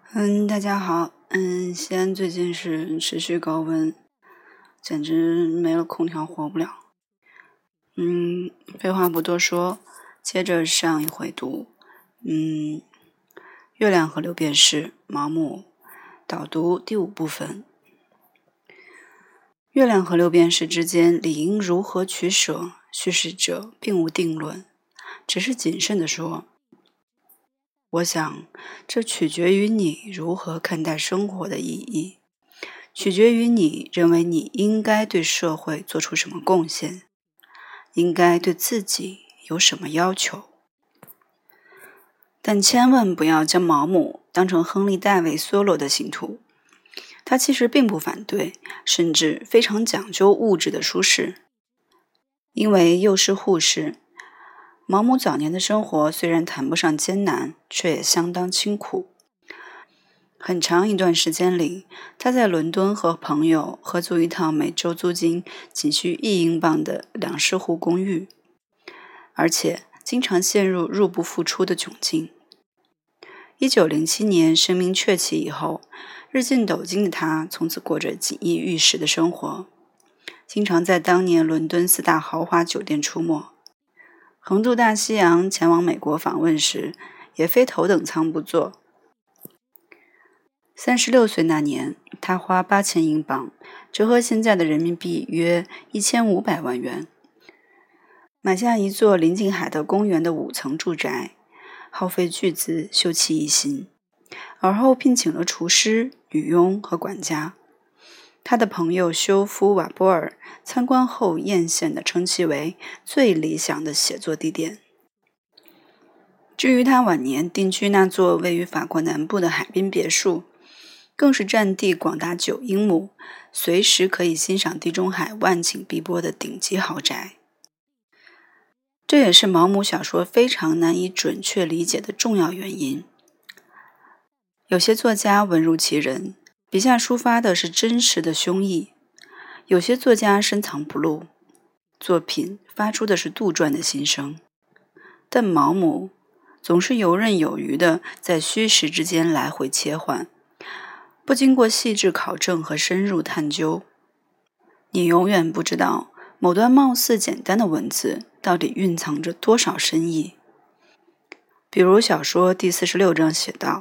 大家好。西安最近是持续高温，简直没了空调活不了。废话不多说，接着上一回读。月亮和六便士，毛姆导读第5部分。月亮和六便士之间理应如何取舍，叙事者并无定论，只是谨慎地说，我想这取决于你如何看待生活的意义，取决于你认为你应该对社会做出什么贡献，应该对自己有什么要求。但千万不要将毛姆当成亨利·戴维·梭罗的信徒，他其实并不反对，甚至非常讲究物质的舒适。因为幼师护士，毛姆早年的生活虽然谈不上艰难，却也相当清苦。很长一段时间里，他在伦敦和朋友合租一套每周租金仅需1英镑的2室户公寓，而且经常陷入入不敷出的窘境。1907年声名鹊起以后，日进斗金的他从此过着锦衣玉食的生活，经常在当年伦敦4大豪华酒店出没。横渡大西洋前往美国访问时，也非头等舱不坐。36岁那年，他花8000英镑，折合现在的人民币约1500万元，买下一座临近海德公园的5层住宅，耗费巨资修葺一新，而后聘请了厨师、女佣和管家。他的朋友休夫·瓦波尔参观后艳羡地称其为最理想的写作地点。至于他晚年定居那座位于法国南部的海滨别墅，更是占地广达9英亩，随时可以欣赏地中海万顷碧波的顶级豪宅。这也是毛姆小说非常难以准确理解的重要原因。有些作家文如其人，笔下抒发的是真实的胸臆；有些作家深藏不露，作品发出的是杜撰的心声。但毛姆总是游刃有余地在虚实之间来回切换，不经过细致考证和深入探究，你永远不知道某段貌似简单的文字到底蕴藏着多少深意。比如小说第46章写道，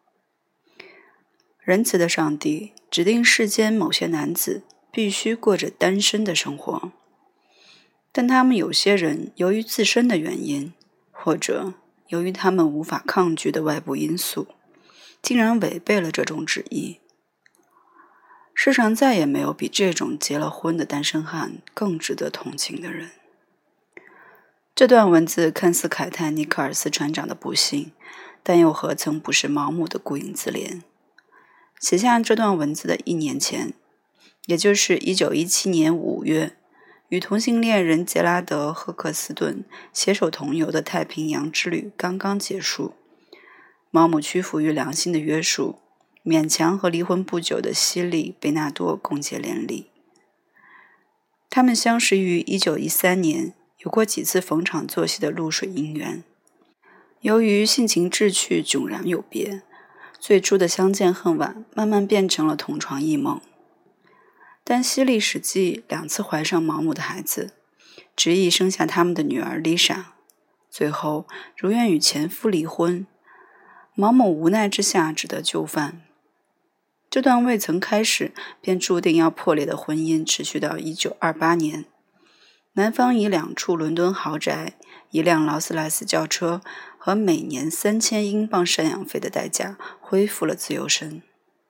仁慈的上帝指定世间某些男子必须过着单身的生活，但他们有些人由于自身的原因，或者由于他们无法抗拒的外部因素，竟然违背了这种旨意。世上再也没有比这种结了婚的单身汉更值得同情的人。这段文字看似慨叹尼克尔斯船长的不幸，但又何曾不是毛姆的顾影自怜。写下这段文字的1年前，也就是1917年5月，与同性恋人杰拉德·赫克斯顿携手同游的太平洋之旅刚刚结束。毛姆屈服于良心的约束，勉强和离婚不久的西利·贝纳多共结连理。他们相识于1913年，有过几次逢场作戏的露水姻缘。由于性情志趣迥然有别，最初的相见恨晚慢慢变成了同床异梦。但西利实际2次怀上毛姆的孩子，执意生下他们的女儿丽莎，最后如愿与前夫离婚。毛姆无奈之下只得就范。这段未曾开始便注定要破裂的婚姻持续到1928年，男方以2处伦敦豪宅、1辆劳斯莱斯轿车和每年3000英镑赡养费的代价恢复了自由身。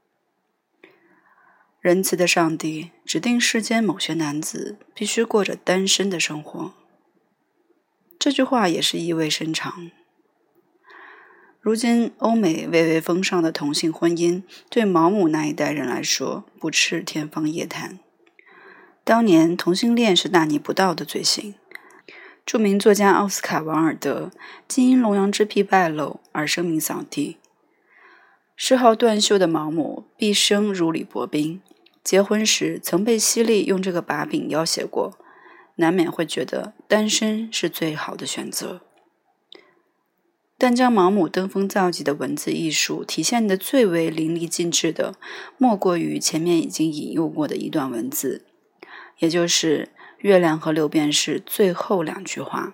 仁慈的上帝指定世间某些男子必须过着单身的生活，这句话也是意味深长。如今欧美蔚为风尚的同性婚姻，对毛姆那一代人来说不啻天方夜谭。当年同性恋是大逆不道的罪行，著名作家奥斯卡·王尔德竟因龙阳之癖败露而声名扫地。嗜好断袖的毛姆毕生如履薄冰，结婚时曾被西利用这个把柄要挟过，难免会觉得单身是最好的选择。 但将毛姆登峰造极的文字艺术体现得最为淋漓尽致的，莫过于前面已经引用过的一段文字，也就是月亮和六便士最后2句话。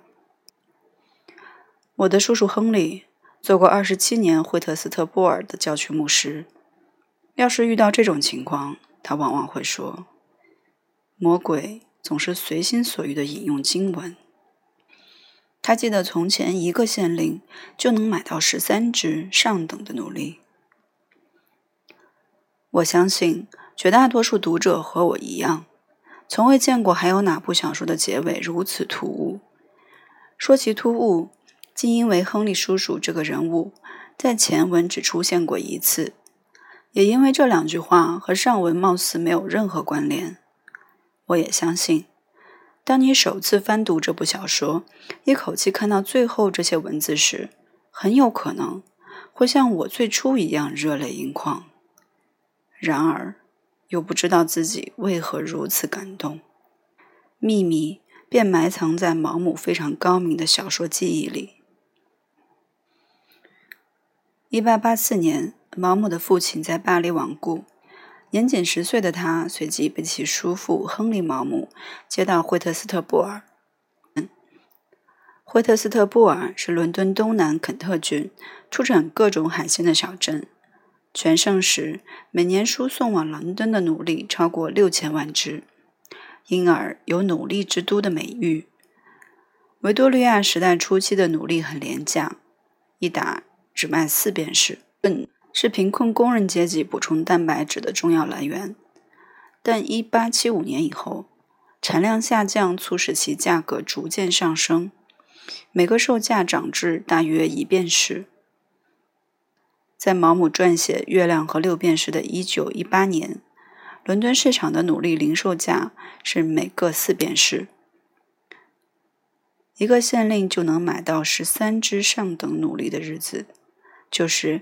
我的叔叔亨利做过27年惠特斯特波尔的教区牧师，要是遇到这种情况，他往往会说，魔鬼总是随心所欲地引用经文。他记得从前1个县令就能买到13只上等的奴隶。我相信绝大多数读者和我一样，从未见过还有哪部小说的结尾如此突兀。说其突兀，既因为亨利叔叔这个人物在前文只出现过1次，也因为这2句话和上文貌似没有任何关联。我也相信，当你首次翻读这部小说，一口气看到最后这些文字时，很有可能会像我最初一样热泪盈眶。然而，又不知道自己为何如此感动。秘密便埋藏在毛姆非常高明的小说记忆里。1884年，毛姆的父亲在巴黎亡故。年仅10岁的他随即被其叔父亨利·毛姆接到惠特斯特布尔。惠特斯特布尔是伦敦东南肯特郡出产各种海鲜的小镇，全盛时每年输送往伦敦的奴隶超过6000万只，因而有奴隶之都的美誉。维多利亚时代初期的奴隶很廉价，一打只卖4便士，是贫困工人阶级补充蛋白质的重要来源。但1875年以后，产量下降促使其价格逐渐上升，每个售价涨至大约1便士。在毛姆撰写《月亮和六便士》的1918年，伦敦市场的奴隶零售价是每个4便士。1个县令就能买到13只上等奴隶的日子，就是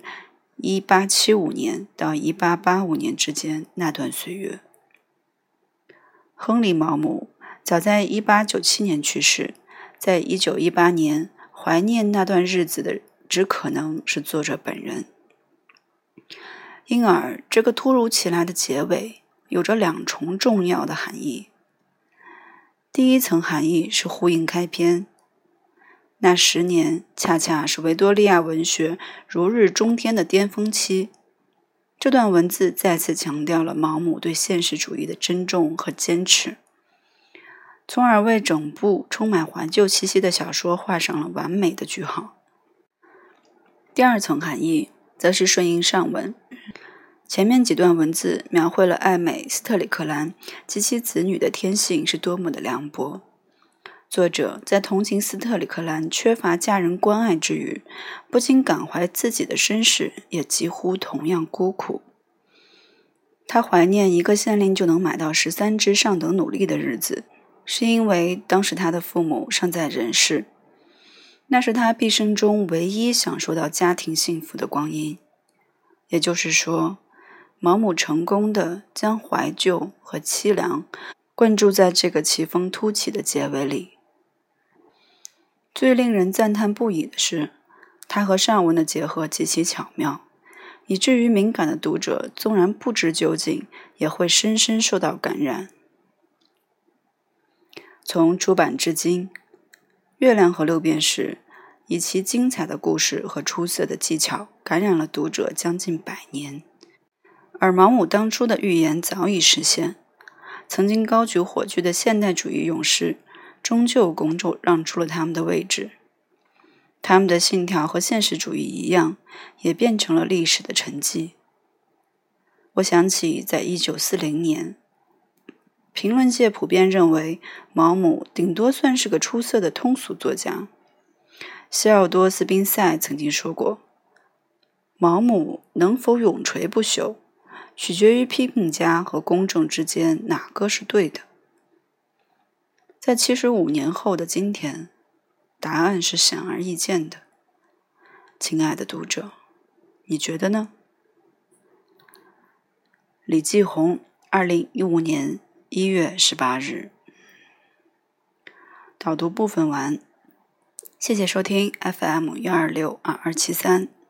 1875年到1885年之间那段岁月。亨利·毛姆早在1897年去世，在1918年怀念那段日子的只可能是作者本人。因而这个突如其来的结尾有着2重重要的含义。第一层含义是呼应开篇，那10年恰恰是维多利亚文学如日中天的巅峰期。这段文字再次强调了毛姆对现实主义的珍重和坚持，从而为整部充满怀旧气息的小说画上了完美的句号。第二层含义则是顺应上文，前面几段文字描绘了爱美斯特里克兰及其子女的天性是多么的凉薄。作者在同情斯特里克兰缺乏家人关爱之余，不禁感怀自己的身世也几乎同样孤苦。他怀念1个县令就能买到13只上等奴隶的日子，是因为当时他的父母尚在人世，那是他毕生中唯一享受到家庭幸福的光阴。也就是说，毛姆成功地将怀旧和凄凉灌注在这个奇峰突起的结尾里。最令人赞叹不已的是，他和上文的结合极其巧妙，以至于敏感的读者纵然不知究竟，也会深深受到感染。从出版至今，《月亮和六便士》以其精彩的故事和出色的技巧感染了读者将近100年。而毛姆当初的预言早已实现，曾经高举火炬的现代主义勇士终究公众让出了他们的位置，他们的信条和现实主义一样，也变成了历史的沉寂。我想起在1940年，评论界普遍认为毛姆顶多算是个出色的通俗作家。希尔多·斯宾塞曾经说过，毛姆能否永垂不朽，取决于批评家和公众之间哪个是对的。在75年后的今天，答案是显而易见的。亲爱的读者，你觉得呢？李继红，2015年1月18日。导读部分完。 谢谢收听 FM1262273。